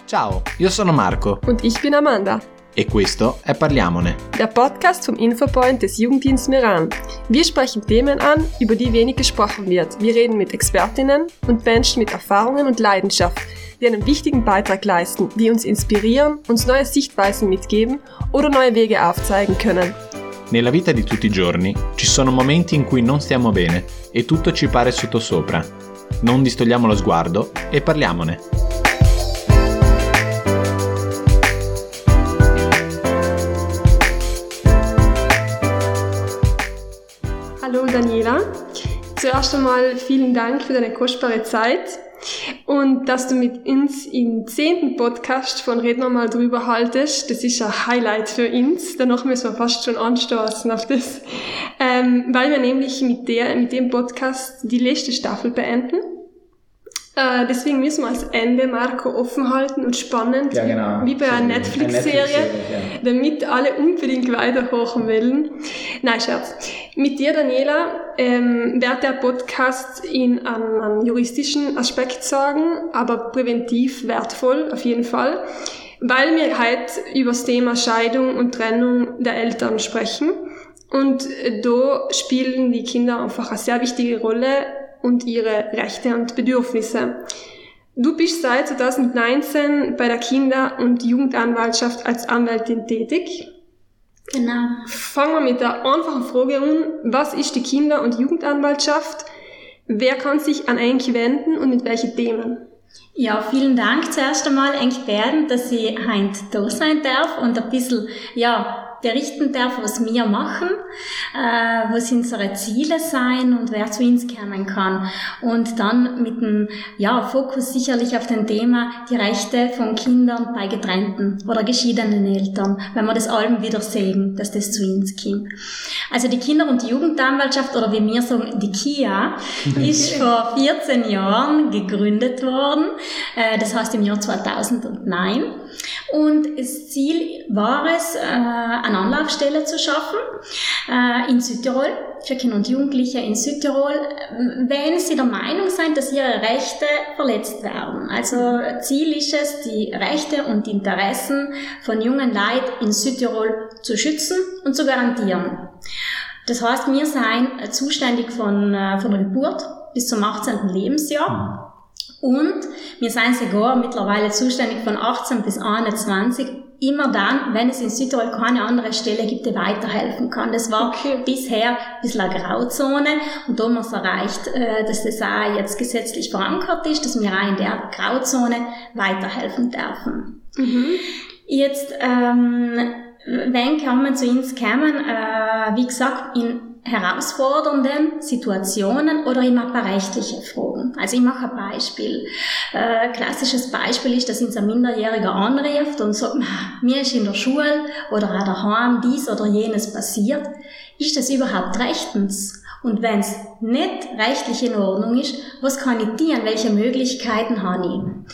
Ciao, io sono Marco. Und ich bin Amanda. E questo è Parliamone. Der Podcast vom Infopoint des Jugenddienst Meran. Wir sprechen Themen an, über die wenig gesprochen wird. Wir reden mit Expertinnen und Menschen mit Erfahrungen und Leidenschaft, die einen wichtigen Beitrag leisten, die uns inspirieren, uns neue Sichtweisen mitgeben oder neue Wege aufzeigen können. Nella vita di tutti i giorni ci sono momenti in cui non stiamo bene e tutto ci pare sottosopra. Non distogliamo lo sguardo e parliamone. Hallo Daniela, zuerst einmal vielen Dank für deine kostbare Zeit und dass du mit uns im 10. Podcast von Red mal drüber haltest. Das ist ein Highlight für uns, danach müssen wir fast schon anstoßen auf das, weil wir nämlich mit dem Podcast die letzte Staffel beenden. Deswegen müssen wir als Ende, Marco, offen halten und spannend, ja, genau. wie bei einer Netflix-Serie, damit alle unbedingt weiterhören wollen. Nein, Scherz. Mit dir, Daniela, wird der Podcast in einen juristischen Aspekt sagen, aber präventiv wertvoll, auf jeden Fall, weil wir heute über das Thema Scheidung und Trennung der Eltern sprechen. Und da spielen die Kinder einfach eine sehr wichtige Rolle und ihre Rechte und Bedürfnisse. Du bist seit 2019 bei der Kinder- und Jugendanwaltschaft als Anwältin tätig. Genau. Fangen wir mit der einfachen Frage an. Was ist die Kinder- und Jugendanwaltschaft? Wer kann sich an euch wenden und mit welchen Themen? Ja, vielen Dank zuerst einmal, Bernd, dass ich heute da sein darf und ein bisschen, berichten darf, was wir machen, was unsere Ziele sein und wer zu uns kommen kann. Und dann mit dem Fokus sicherlich auf dem Thema die Rechte von Kindern bei getrennten oder geschiedenen Eltern, wenn wir das allem wieder sehen, dass das zu uns kommt. Also die Kinder- und Jugendanwaltschaft, oder wie wir sagen, die KIA, ist vor 14 Jahren gegründet worden. Das heißt im Jahr 2009. Und das Ziel war es, eine Anlaufstelle zu schaffen in Südtirol, für Kinder und Jugendliche in Südtirol, wenn sie der Meinung sind, dass ihre Rechte verletzt werden. Also Ziel ist es, die Rechte und Interessen von jungen Leuten in Südtirol zu schützen und zu garantieren. Das heißt, wir sind zuständig von der Geburt bis zum 18. Lebensjahr. Und wir sind sogar mittlerweile zuständig von 18 bis 21, immer dann, wenn es in Südtirol keine andere Stelle gibt, die weiterhelfen kann. Das war bisher ein bisschen eine Grauzone und da haben wir es erreicht, dass das auch jetzt gesetzlich verankert ist, dass wir auch in der Grauzone weiterhelfen dürfen. Jetzt, wenn kann man zu uns kommen, wie gesagt, in herausfordernden Situationen oder immer ein paar rechtliche Fragen. Also ich mache ein Beispiel. Klassisches Beispiel ist, dass uns ein Minderjähriger anruft und sagt, mir ist in der Schule oder auch daheim dies oder jenes passiert. Ist das überhaupt rechtens? Und wenn es nicht rechtlich in Ordnung ist, was kann ich tun? Welche Möglichkeiten habe ich?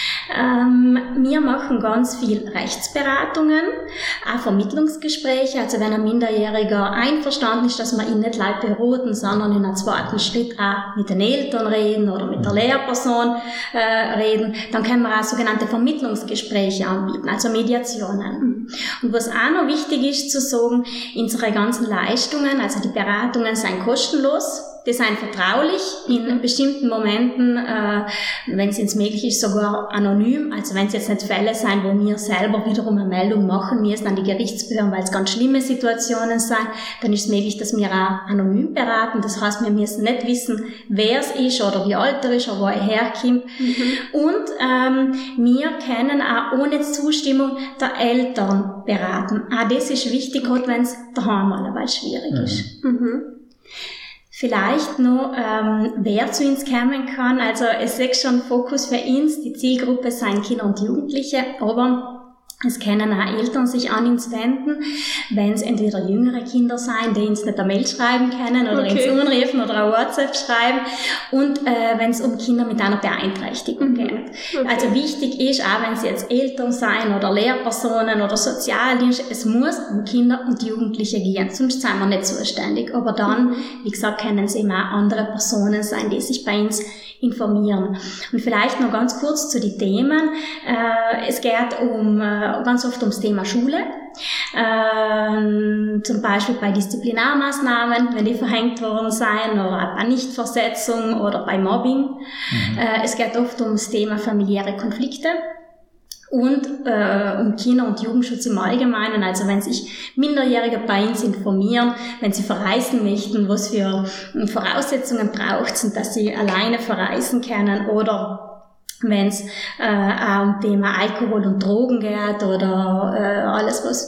Wir machen ganz viel Rechtsberatungen, auch Vermittlungsgespräche, also wenn ein Minderjähriger einverstanden ist, dass wir ihn nicht gleich beraten, sondern in einem zweiten Schritt auch mit den Eltern reden oder mit der Lehrperson reden, dann können wir auch sogenannte Vermittlungsgespräche anbieten, also Mediationen. Und was auch noch wichtig ist zu sagen, unsere ganzen Leistungen, also die Beratungen sind kostenlos. Die sind vertraulich, in bestimmten Momenten, wenn es uns möglich ist, sogar anonym. Also wenn es jetzt nicht Fälle sind, wo wir selber wiederum eine Meldung machen müssen an die Gerichtsbehörden, weil es ganz schlimme Situationen sind, dann ist es möglich, dass wir auch anonym beraten. Das heißt, wir müssen nicht wissen, wer es ist oder wie alt er ist oder wo er herkommt. Und wir können auch ohne Zustimmung der Eltern beraten. Auch das ist wichtig, gerade wenn es daheim mal schwierig ist. Vielleicht noch, wer zu uns kommen kann. Also es ist schon Fokus für uns. Die Zielgruppe sind Kinder und Jugendliche, aber es können auch Eltern sich an uns wenden, wenn es entweder jüngere Kinder sind, die uns nicht eine Mail schreiben können oder uns anrufen oder eine WhatsApp schreiben und wenn es um Kinder mit einer Beeinträchtigung geht. Also wichtig ist, auch wenn es jetzt Eltern sind oder Lehrpersonen oder Sozialdienst, es muss um Kinder und Jugendliche gehen, sonst sind wir nicht zuständig. Aber dann, wie gesagt, können es eben auch andere Personen sein, die sich bei uns informieren. Und vielleicht noch ganz kurz zu den Themen. Es geht ganz oft ums Thema Schule. Zum Beispiel bei Disziplinarmaßnahmen, wenn die verhängt worden sein, oder bei Nichtversetzung oder bei Mobbing. Es geht oft ums Thema familiäre Konflikte. Und um Kinder- und Jugendschutz im Allgemeinen, also wenn sich Minderjährige bei uns informieren, wenn sie verreisen möchten, was für Voraussetzungen braucht es, dass sie alleine verreisen können, oder wenn es auch um Thema Alkohol und Drogen geht oder alles, was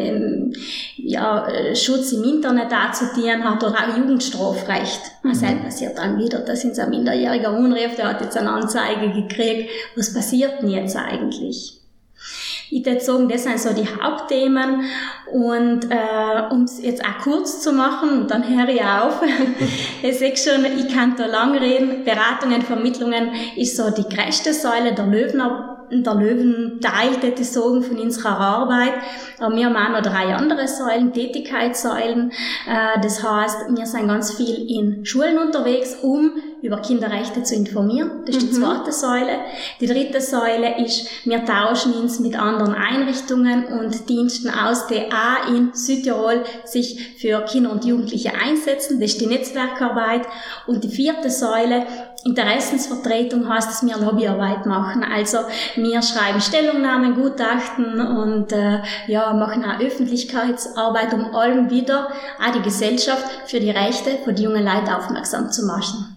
Schutz im Internet dazu tun hat, oder auch Jugendstrafrecht. Das passiert dann wieder, da sind ein Minderjähriger anruft, der hat jetzt eine Anzeige gekriegt. Was passiert denn jetzt eigentlich? Ich würde sagen, das sind so die Hauptthemen, und um es jetzt auch kurz zu machen, und dann höre ich auf. Ich sehe schon, ich kann da lang reden. Beratungen, Vermittlungen ist so die größte Säule der Löwenteil, würde ich sagen, von unserer Arbeit. Aber wir haben auch noch 3 andere Säulen, Tätigkeitssäulen. Das heißt, wir sind ganz viel in Schulen unterwegs, um über Kinderrechte zu informieren. Das ist die 2. Säule. Die 3. Säule ist, wir tauschen uns mit anderen Einrichtungen und Diensten aus, die auch in Südtirol sich für Kinder und Jugendliche einsetzen. Das ist die Netzwerkarbeit. Und die 4. Säule, Interessensvertretung, heißt, dass wir Lobbyarbeit machen. Also wir schreiben Stellungnahmen, Gutachten und machen auch Öffentlichkeitsarbeit, um allem wieder auch die Gesellschaft für die Rechte von den jungen Leuten aufmerksam zu machen.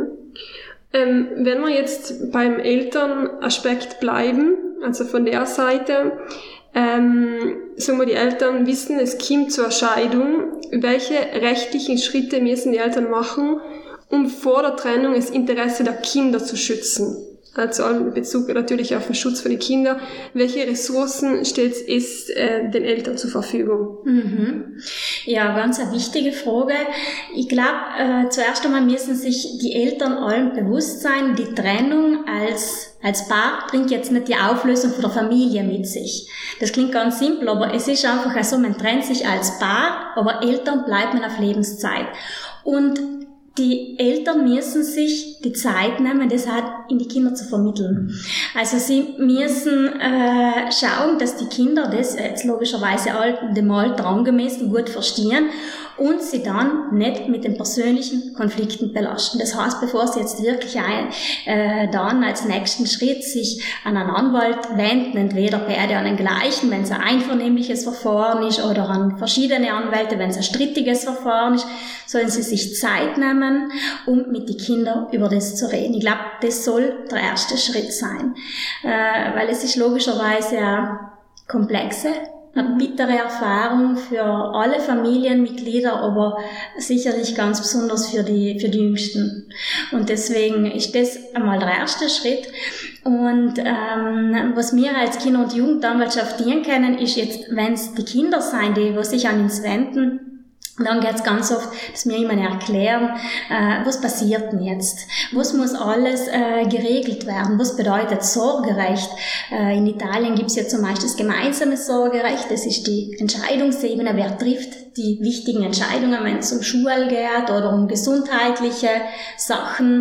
Wenn wir jetzt beim Elternaspekt bleiben, also von der Seite, sagen wir, die Eltern wissen, es kommt zur Scheidung. Welche rechtlichen Schritte müssen die Eltern machen, um vor der Trennung das Interesse der Kinder zu schützen? Also in Bezug natürlich auf den Schutz für die Kinder. Welche Ressourcen stellt es den Eltern zur Verfügung? Ja, ganz eine wichtige Frage. Ich glaube, zuerst einmal müssen sich die Eltern allem bewusst sein, die Trennung als Paar bringt jetzt nicht die Auflösung von der Familie mit sich. Das klingt ganz simpel, aber es ist einfach so, man trennt sich als Paar, aber Eltern bleibt man auf Lebenszeit. Und die Eltern müssen sich die Zeit nehmen, das halt in die Kinder zu vermitteln. Also sie müssen schauen, dass die Kinder das jetzt logischerweise dem Alter angemessen gut verstehen und sie dann nicht mit den persönlichen Konflikten belasten. Das heißt, bevor sie jetzt wirklich dann als nächsten Schritt sich an einen Anwalt wenden, entweder beide an den gleichen, wenn es ein einvernehmliches Verfahren ist, oder an verschiedene Anwälte, wenn es ein strittiges Verfahren ist, sollen sie sich Zeit nehmen, um mit den Kindern über das zu reden. Ich glaube, das soll der erste Schritt sein, weil es ist logischerweise eine komplexe, eine bittere Erfahrung für alle Familienmitglieder, aber sicherlich ganz besonders für die Jüngsten. Und deswegen ist das einmal der erste Schritt. Und was wir als Kinder- und Jugendanwaltschaft dienen können, ist jetzt, wenn es die Kinder sein, die sich an uns wenden, dann geht's ganz oft, dass wir jemandem erklären, was passiert denn jetzt? Was muss alles geregelt werden? Was bedeutet Sorgerecht? In Italien gibt's ja zum Beispiel das gemeinsame Sorgerecht. Das ist die Entscheidungsebene, wer trifft die wichtigen Entscheidungen, wenn es um Schule geht oder um gesundheitliche Sachen.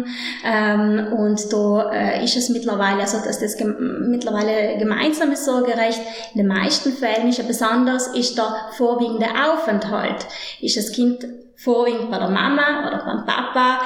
Und da ist es mittlerweile, also dass das mittlerweile gemeinsame Sorgerecht in den meisten Fällen ist. Ja, besonders ist der vorwiegende Aufenthalt. Ist das Kind vorwiegend bei der Mama oder beim Papa,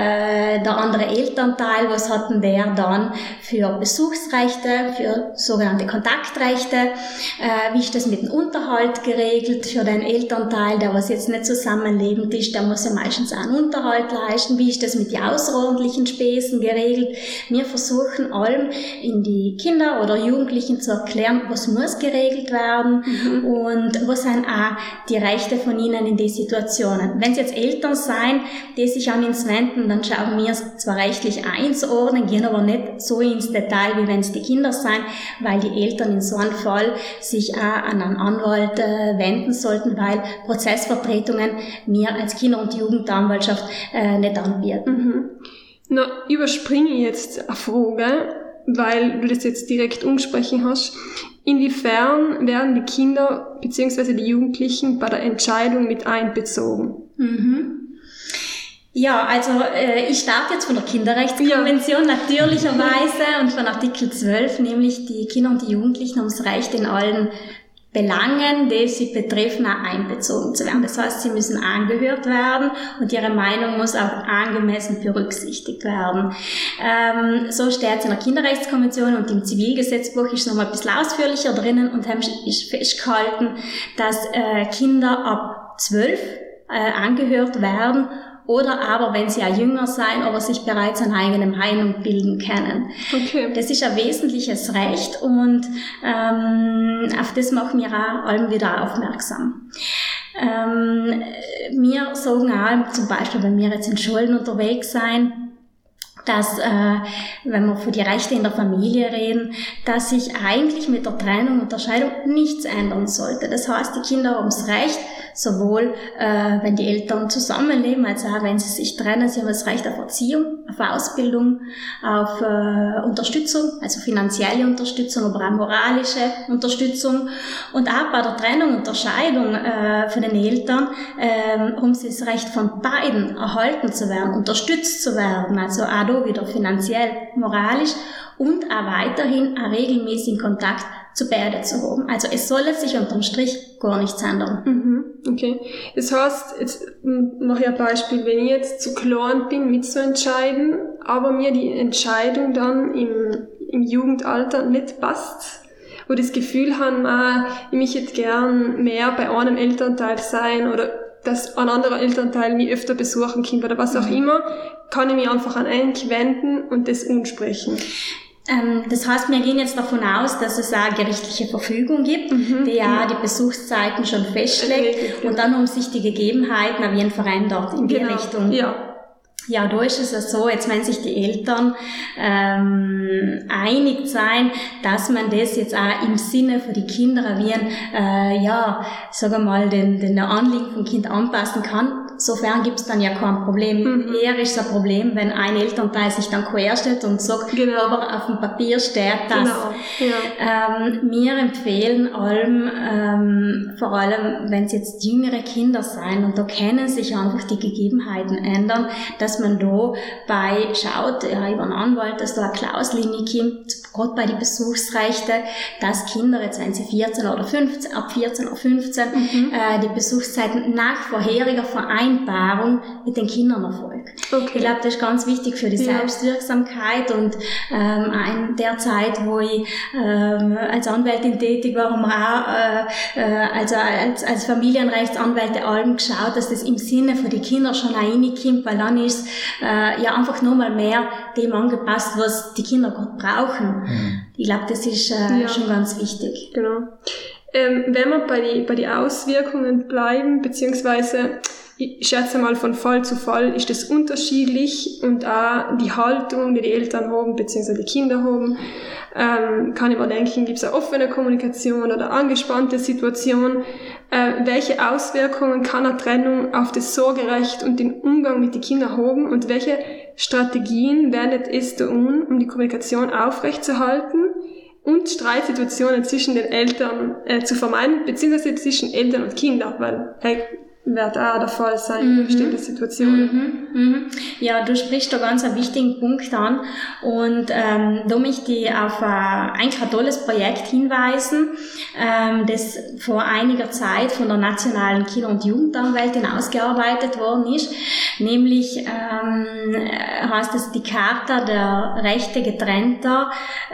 der andere Elternteil, was hat denn der dann für Besuchsrechte, für sogenannte Kontaktrechte, wie ist das mit dem Unterhalt geregelt für den Elternteil, der was jetzt nicht zusammenlebend ist, der muss ja meistens auch einen Unterhalt leisten, wie ist das mit den außerordentlichen Spesen geregelt. Wir versuchen allem in die Kinder oder Jugendlichen zu erklären, was muss geregelt werden und was sind auch die Rechte von ihnen in den Situationen. Wenn es jetzt Eltern sein, die sich an uns wenden, dann schauen wir es zwar rechtlich einzuordnen, gehen aber nicht so ins Detail, wie wenn es die Kinder sein, weil die Eltern in so einem Fall sich auch an einen Anwalt wenden sollten, weil Prozessvertretungen wir als Kinder- und Jugendanwaltschaft nicht anbieten. Na, überspringe ich jetzt eine Frage, weil du das jetzt direkt umgesprochen hast. Inwiefern werden die Kinder bzw. die Jugendlichen bei der Entscheidung mit einbezogen? Ja, also ich starte jetzt von der Kinderrechtskonvention natürlicherweise und von Artikel 12, nämlich die Kinder und die Jugendlichen haben das Recht in allen Belangen, die sie betreffen, auch einbezogen zu werden. Das heißt, sie müssen angehört werden und ihre Meinung muss auch angemessen berücksichtigt werden. So steht es in der Kinderrechtskonvention und im Zivilgesetzbuch ist es nochmal ein bisschen ausführlicher drinnen und haben ist festgehalten, dass Kinder ab 12 angehört werden oder aber, wenn sie auch jünger sein, aber sich bereits an eigenem Heim bilden können. Okay. Das ist ein wesentliches Recht und auf das machen wir auch allem wieder aufmerksam. Wir sagen auch, zum Beispiel, wenn wir jetzt in Schulen unterwegs sind, dass, wenn wir von die Rechte in der Familie reden, dass sich eigentlich mit der Trennung und der Scheidung nichts ändern sollte. Das heißt, die Kinder haben das Recht, sowohl wenn die Eltern zusammenleben, als auch wenn sie sich trennen, sie haben das Recht auf Erziehung, auf Ausbildung, auf Unterstützung, also finanzielle Unterstützung, aber auch moralische Unterstützung. Und auch bei der Trennung und der Scheidung von den Eltern haben sie das Recht, von beiden erhalten zu werden, unterstützt zu werden, also auch da wieder finanziell, moralisch und auch weiterhin einen regelmäßigen Kontakt zu beiden zu haben. Also es soll sich unterm Strich gar nichts ändern. Okay. Das heißt, jetzt mache ich ein Beispiel, wenn ich jetzt zu klein bin, mitzuentscheiden, aber mir die Entscheidung dann im Jugendalter nicht passt, wo das Gefühl habe, ich möchte jetzt gern mehr bei einem Elternteil sein oder dass ein anderer Elternteil mich öfter besuchen kann oder was auch immer, kann ich mich einfach an einen wenden und das ansprechen. Das heißt, wir gehen jetzt davon aus, dass es auch eine gerichtliche Verfügung gibt, die ja die Besuchszeiten schon festlegt und dann haben sich die Gegebenheiten auf jeden Fall verändert in die Richtung. Ja, da ist es so, jetzt wenn sich die Eltern einig sein, dass man das jetzt auch im Sinne von die Kinder wie sagen wir mal, den Anliegen vom Kind anpassen kann. Sofern gibt's dann ja kein Problem. Eher ist es ein Problem, wenn ein Elternteil sich dann querstellt und sagt, aber auf dem Papier steht das. Wir empfehlen allem, vor allem, wenn es jetzt jüngere Kinder sein und da können sich einfach die Gegebenheiten ändern, dass man da schaut, über einen Anwalt, dass da eine Klauslinie kommt, gerade bei den Besuchsrechten, dass Kinder jetzt, wenn sie 14 oder 15, ab 14 oder 15, die Besuchszeiten nach vorheriger Vereinbarung mit den Kindern erfolgt. Okay. Ich glaube, das ist ganz wichtig für die Selbstwirksamkeit und in der Zeit, wo ich als Anwältin tätig war, haben wir auch als Familienrechtsanwälte allem geschaut, dass das im Sinne von den Kindern schon auch reinkommt, weil dann ist einfach nochmal mehr dem angepasst, was die Kinder gerade brauchen. Ich glaube, das ist schon ganz wichtig. Genau. Wenn wir bei die Auswirkungen bleiben, beziehungsweise ich schätze mal, von Fall zu Fall ist das unterschiedlich und auch die Haltung, die Eltern haben, beziehungsweise die Kinder haben, kann ich mir denken, gibt es eine offene Kommunikation oder eine angespannte Situation. Welche Auswirkungen kann eine Trennung auf das Sorgerecht und den Umgang mit den Kindern haben und welche Strategien wendet es tun, um die Kommunikation aufrechtzuerhalten und Streitsituationen zwischen den Eltern zu vermeiden, beziehungsweise zwischen Eltern und Kindern, weil wird auch der Fall sein in bestimmten Situationen. Ja, du sprichst da ganz einen wichtigen Punkt an und da möchte ich auf eigentlich ein tolles Projekt hinweisen, das vor einiger Zeit von der Nationalen Kinder- und Jugendanwältin ausgearbeitet worden ist, nämlich heißt es die Charta der Rechte getrennter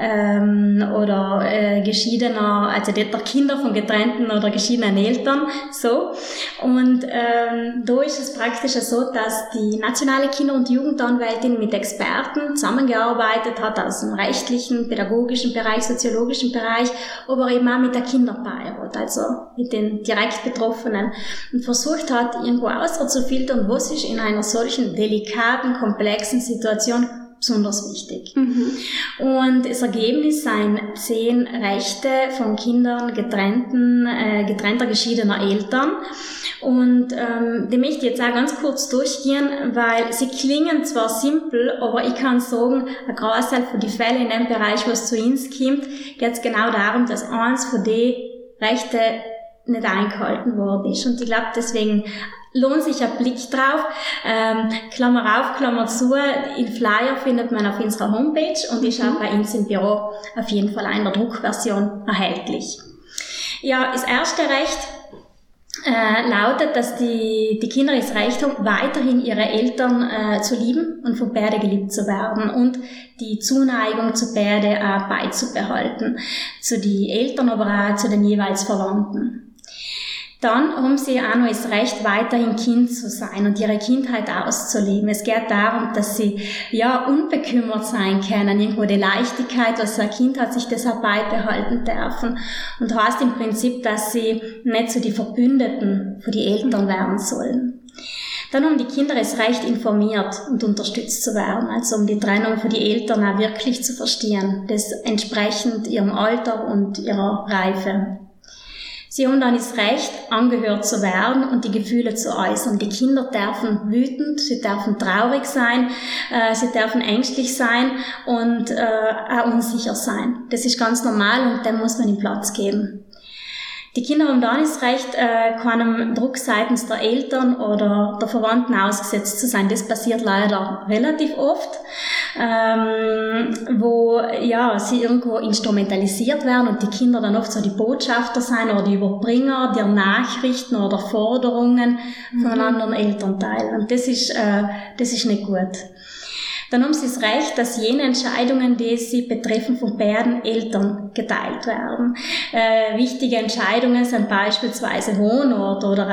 oder geschiedener, also der Kinder von getrennten oder geschiedenen Eltern, so. Und da ist es praktisch so, dass die Nationale Kinder- und Jugendanwältin mit Experten zusammengearbeitet hat aus dem rechtlichen, pädagogischen Bereich, soziologischen Bereich, aber eben auch mit der Kinderbeirat, also mit den direkt Betroffenen und versucht hat, irgendwo auszufiltern, was ist in einer solchen delikaten, komplexen Situation besonders wichtig. Und das Ergebnis sind 10 Rechte von Kindern getrennter geschiedener Eltern. Und die möchte ich jetzt auch ganz kurz durchgehen, weil sie klingen zwar simpel, aber ich kann sagen, ein Großteil von den Fällen in dem Bereich, was zu uns kommt, geht es genau darum, dass eins von den Rechten nicht eingehalten worden ist. Und ich glaube, deswegen lohnt sich ein Blick drauf. Klammer auf, Klammer zu, den Flyer findet man auf unserer Homepage und ist auch bei uns im Büro auf jeden Fall in der Druckversion erhältlich. Ja, das erste Recht lautet, dass die Kinder das Recht haben, weiterhin ihre Eltern zu lieben und von beiden geliebt zu werden und die Zuneigung zu beiden beizubehalten, zu den Eltern, aber auch zu den jeweils Verwandten. Dann haben sie auch noch das Recht, weiterhin Kind zu sein und ihre Kindheit auszuleben. Es geht darum, dass sie, unbekümmert sein können, irgendwo die Leichtigkeit, was ein Kind hat, sich das auch beibehalten dürfen. Und heißt im Prinzip, dass sie nicht so die Verbündeten für die Eltern werden sollen. Dann haben die Kinder das Recht, informiert und unterstützt zu werden, also um die Trennung von den Eltern auch wirklich zu verstehen, das entsprechend ihrem Alter und ihrer Reife. Sie haben dann das Recht, angehört zu werden und die Gefühle zu äußern. Die Kinder dürfen wütend, sie dürfen traurig sein, sie dürfen ängstlich sein und auch unsicher sein. Das ist ganz normal und dem muss man ihm Platz geben. Die Kinder haben dann das Recht, keinem Druck seitens der Eltern oder der Verwandten ausgesetzt zu sein. Das passiert leider relativ oft, wo sie irgendwo instrumentalisiert werden und die Kinder dann oft so die Botschafter sein oder die Überbringer der Nachrichten oder Forderungen von einem anderen Elternteil. Und das ist nicht gut. Dann haben sie das Recht, dass jene Entscheidungen, die sie betreffen, von beiden Eltern geteilt werden. Wichtige Entscheidungen sind beispielsweise Wohnort oder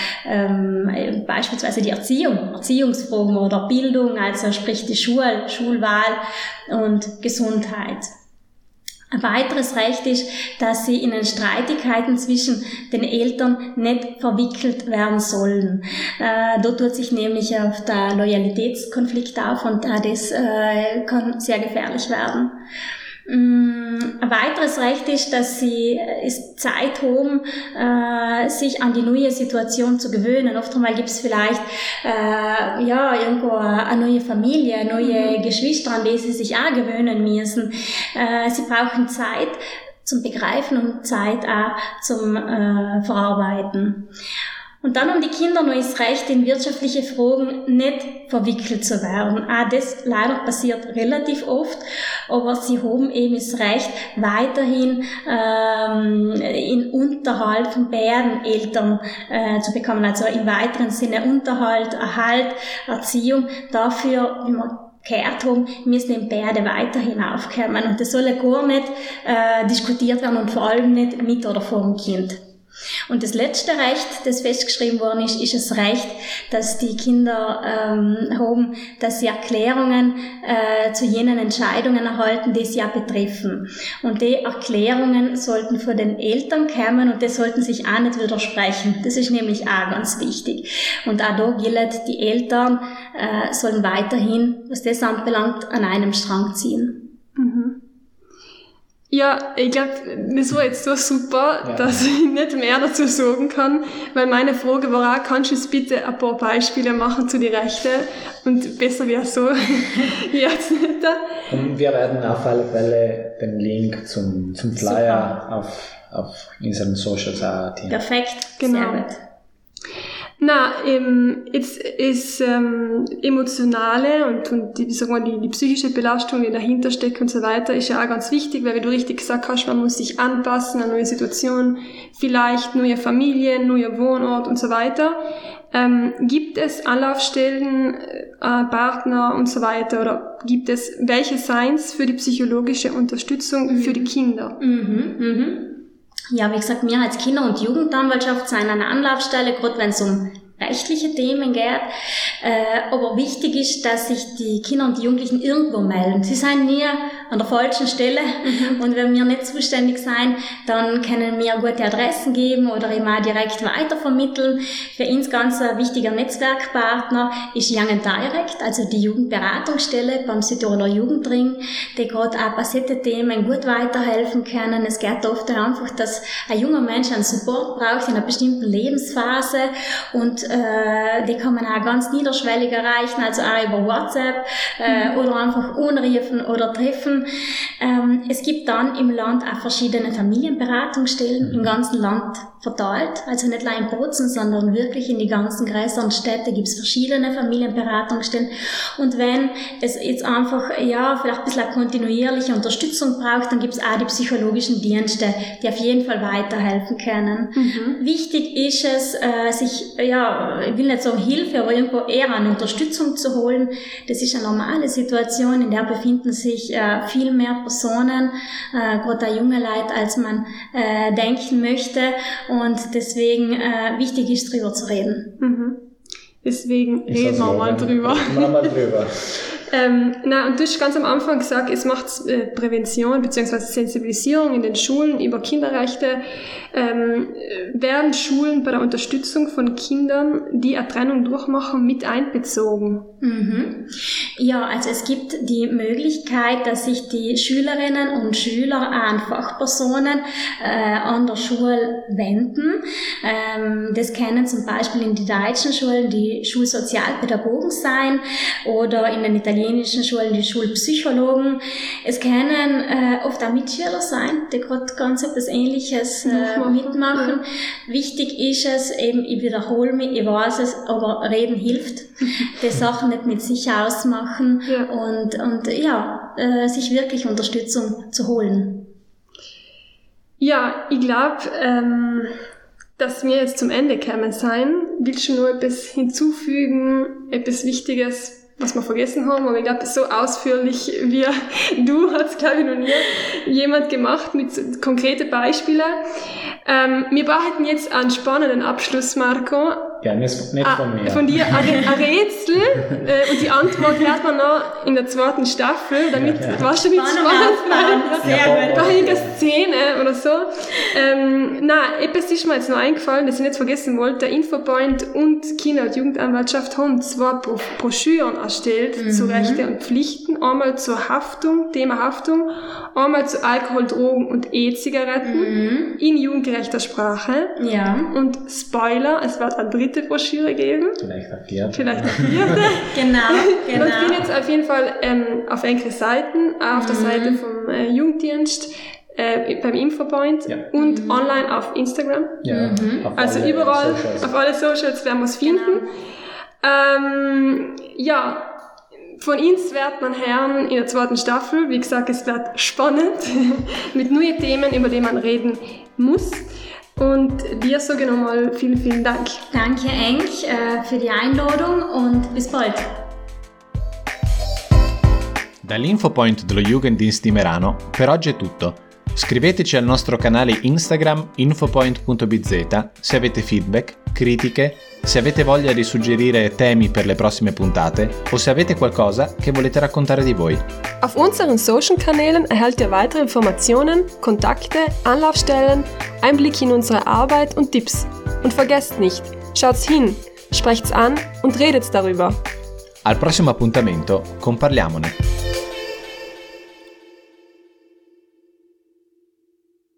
auch beispielsweise die Erziehungsfragen oder Bildung, also sprich die Schulwahl und Gesundheit. Ein weiteres Recht ist, dass sie in den Streitigkeiten zwischen den Eltern nicht verwickelt werden sollen. Dort tut sich nämlich auf der Loyalitätskonflikt auf und das kann sehr gefährlich werden. Ein weiteres Recht ist, dass sie Zeit haben, sich an die neue Situation zu gewöhnen. Oft einmal gibt es vielleicht irgendwo eine neue Familie, neue Geschwister, an die sie sich auch gewöhnen müssen. Sie brauchen Zeit zum Begreifen und Zeit auch zum Verarbeiten. Und dann haben die Kinder noch das Recht, in wirtschaftliche Fragen nicht verwickelt zu werden. Auch das leider passiert relativ oft, aber sie haben eben das Recht, weiterhin in Unterhalt von beiden Eltern zu bekommen. Also im weiteren Sinne Unterhalt, Erhalt, Erziehung. Dafür, wie wir gehört haben, müssen eben beide weiterhin aufkommen. Und das soll ja gar nicht diskutiert werden und vor allem nicht mit oder vor dem Kind. Und das letzte Recht, das festgeschrieben worden ist das Recht, dass die Kinder haben, dass sie Erklärungen zu jenen Entscheidungen erhalten, die sie auch betreffen. Und die Erklärungen sollten von den Eltern kommen und die sollten sich auch nicht widersprechen. Das ist nämlich auch ganz wichtig. Und auch da gilt, die Eltern sollen weiterhin, was das anbelangt, an einem Strang ziehen. Mhm. Ja, ich glaube, das war jetzt so super, dass ich nicht mehr dazu sagen kann, weil meine Frage war auch, kannst du jetzt bitte ein paar Beispiele machen zu den Rechten? Und besser wäre so jetzt nicht. Und wir werden auf alle Fälle den Link zum Flyer auf unseren Socials teilen. Perfekt, genau. Sehr gut. Na, jetzt ist emotionale und die psychische Belastung, die dahinter steckt und so weiter, ist ja auch ganz wichtig, weil wie du richtig gesagt hast, man muss sich anpassen an neue Situationen, vielleicht neue Familie, neuer Wohnort und so weiter. Gibt es Anlaufstellen, Partner und so weiter, oder gibt es welche Seins für die psychologische Unterstützung für die Kinder? Ja, wie gesagt, wir als Kinder- und Jugendanwaltschaft sind eine Anlaufstelle, gerade wenn es um rechtliche Themen geht. Aber wichtig ist, dass sich die Kinder und die Jugendlichen irgendwo melden. Sie sind nie an der falschen Stelle. Und wenn wir nicht zuständig sind, dann können wir gute Adressen geben oder eben auch direkt weitervermitteln. Für uns ganz ein wichtiger Netzwerkpartner ist Young and Direct, also die Jugendberatungsstelle beim Südtiroler Jugendring, die gerade auch passierte Themen gut weiterhelfen können. Es geht oft einfach, dass ein junger Mensch einen Support braucht in einer bestimmten Lebensphase und die kann man auch ganz niederschwellig erreichen, also auch über WhatsApp oder einfach anrufen oder treffen. reden. Es gibt dann im Land auch verschiedene Familienberatungsstellen im ganzen Land verteilt, also nicht allein in Bozen, sondern wirklich in die ganzen größeren Städte gibt es verschiedene Familienberatungsstellen. Und wenn es jetzt einfach, vielleicht ein bisschen kontinuierliche Unterstützung braucht, dann gibt es auch die psychologischen Dienste, die auf jeden Fall weiterhelfen können. Wichtig ist es, sich, ich will nicht sagen Hilfe, aber irgendwo eher eine Unterstützung zu holen. Das ist eine normale Situation, in der befinden sich viel mehr Personen, gerade auch junge Leute, als man denken möchte. Und deswegen wichtig ist, drüber zu reden. Deswegen reden wir mal drüber. Und du hast ganz am Anfang gesagt, es macht Prävention bzw. Sensibilisierung in den Schulen über Kinderrechte. Werden Schulen bei der Unterstützung von Kindern, die eine Trennung durchmachen, mit einbezogen? Ja, also es gibt die Möglichkeit, dass sich die Schülerinnen und Schüler an Fachpersonen an der Schule wenden. Das können zum Beispiel in den deutschen Schulen die Schulsozialpädagogen sein oder in den italienischen Schulen die Schulpsychologen. Es können oft auch Mitschüler sein, die gerade ganz etwas Ähnliches mitmachen. Wichtig ist es eben, ich wiederhole mich, ich weiß es, aber reden hilft. Die Sachen nicht mit sich ausmachen und sich wirklich Unterstützung zu holen. Ja, ich glaube, dass wir jetzt zum Ende gekommen sein. Willst du noch etwas hinzufügen, etwas Wichtiges, was wir vergessen haben? Aber ich glaube, so ausführlich wie du hat es, glaube ich, noch nie jemand gemacht mit konkreten Beispielen. Wir brauchen jetzt einen spannenden Abschluss, Marco. Ja, nicht von mir. Von dir ein Rätsel und die Antwort hört man noch in der zweiten Staffel, damit was schon nicht spannend bleibt. Sehr gut. Bei einer Szene oder so. Etwas ist mir jetzt noch eingefallen, das ich nicht vergessen wollte. Der Infopoint und Kinder- und Jugendanwaltschaft haben 2 Broschüren erstellt zu Rechte und Pflichten. Einmal zur Haftung, Thema Haftung, einmal zu Alkohol, Drogen und E-Zigaretten in jugendgerechter Sprache. Ja. Und Spoiler, es wird eine dritte Broschüre geben. Vielleicht eine vierte. Genau. Und ich bin jetzt auf jeden Fall auf enkle Seiten, auch auf der Seite vom Jugenddienst, beim Infopoint und online auf Instagram. Ja, also überall, auf alle Socials werden wir es finden. Von uns wird man hören in der zweiten Staffel. Wie gesagt, es wird spannend mit neuen Themen, über die man reden muss. Und dir sage ich nochmal vielen, vielen Dank. Danke, Enk, für die Einladung und bis bald. Dall'Infopoint dello Jugenddienst di Merano per oggi è tutto. Scriveteci al nostro canale Instagram infopoint.bz se avete feedback, critiche, se avete voglia di suggerire temi per le prossime puntate o se avete qualcosa che volete raccontare di voi. Auf unseren Social-Kanälen erhaltet ihr weitere Informationen, Kontakte, Anlaufstellen, Einblicke in unsere Arbeit und Tipps. Und vergesst nicht, schaut's hin, sprecht's an und redet's darüber. Al prossimo appuntamento con Parliamone.